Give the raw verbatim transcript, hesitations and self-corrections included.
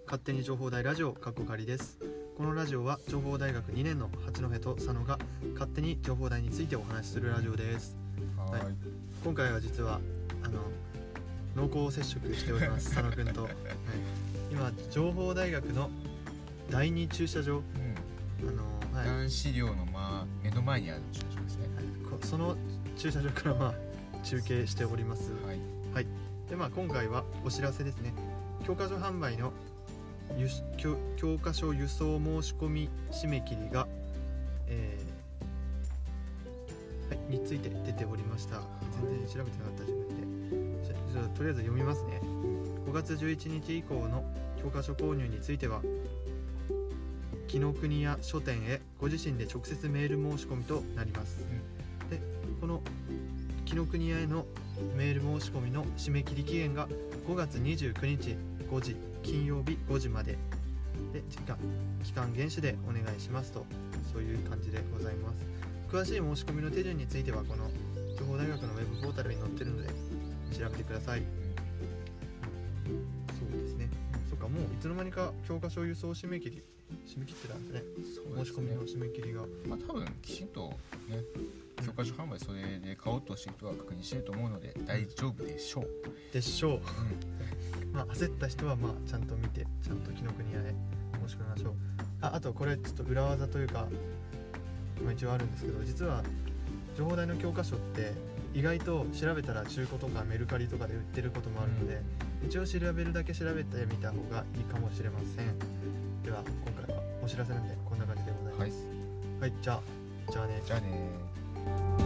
勝手に情報大ラジオかっこかりです。このラジオは情報大学にねんの八戸と佐野が勝手に情報大についてお話しするラジオです。 はい、はい、 今回は実はあの濃厚接触しております佐野くんと、はい、今情報大学のだいに駐車場、うん、あの、はい、 男子寮の、まあ、目の前にある駐車場ですね、 はい、その駐車場から、まあ、中継しております。 はい、 はい、でまあ、今回はお知らせですね。教科書販売の教, 教科書輸送申し込み締め切りが、えーはい、について出ておりました。全然調べてなかった自分で。じゃあとりあえず読みますね。ごがつじゅういちにち以降の教科書購入については紀ノ国屋書店へご自身で直接メール申し込みとなります。うん、でこの紀ノ国屋へのメール申し込みの締め切り期限がごがつにじゅうくにちごじ、金曜日ごじまでで、時間期間厳守でお願いしますと、そういう感じでございます。詳しい申し込みの手順についてはこの情報大学のウェブポータルに載ってるので調べてください。そうですね。そっか、もういつの間にか教科書輸送締め切り締め切ってたんですね。そうですね、申し込みの締め切りが、まあ、 多分きちんとね教科書販売それで買おうとしてる人は確認してると思うので大丈夫でしょうでしょう、うんまあ、焦った人はまあちゃんと見てちゃんと紀ノ国屋へ申し込みましょう。 あ, あとこれちょっと裏技というか、まあ、一応あるんですけど、実は情報大の教科書って意外と調べたら中古とかメルカリとかで売ってることもあるので、うん、一応調べるだけ調べてみた方がいいかもしれません。では今回はお知らせなんでこんな感じでございます。はい、はい、じゃあじゃあねじゃあね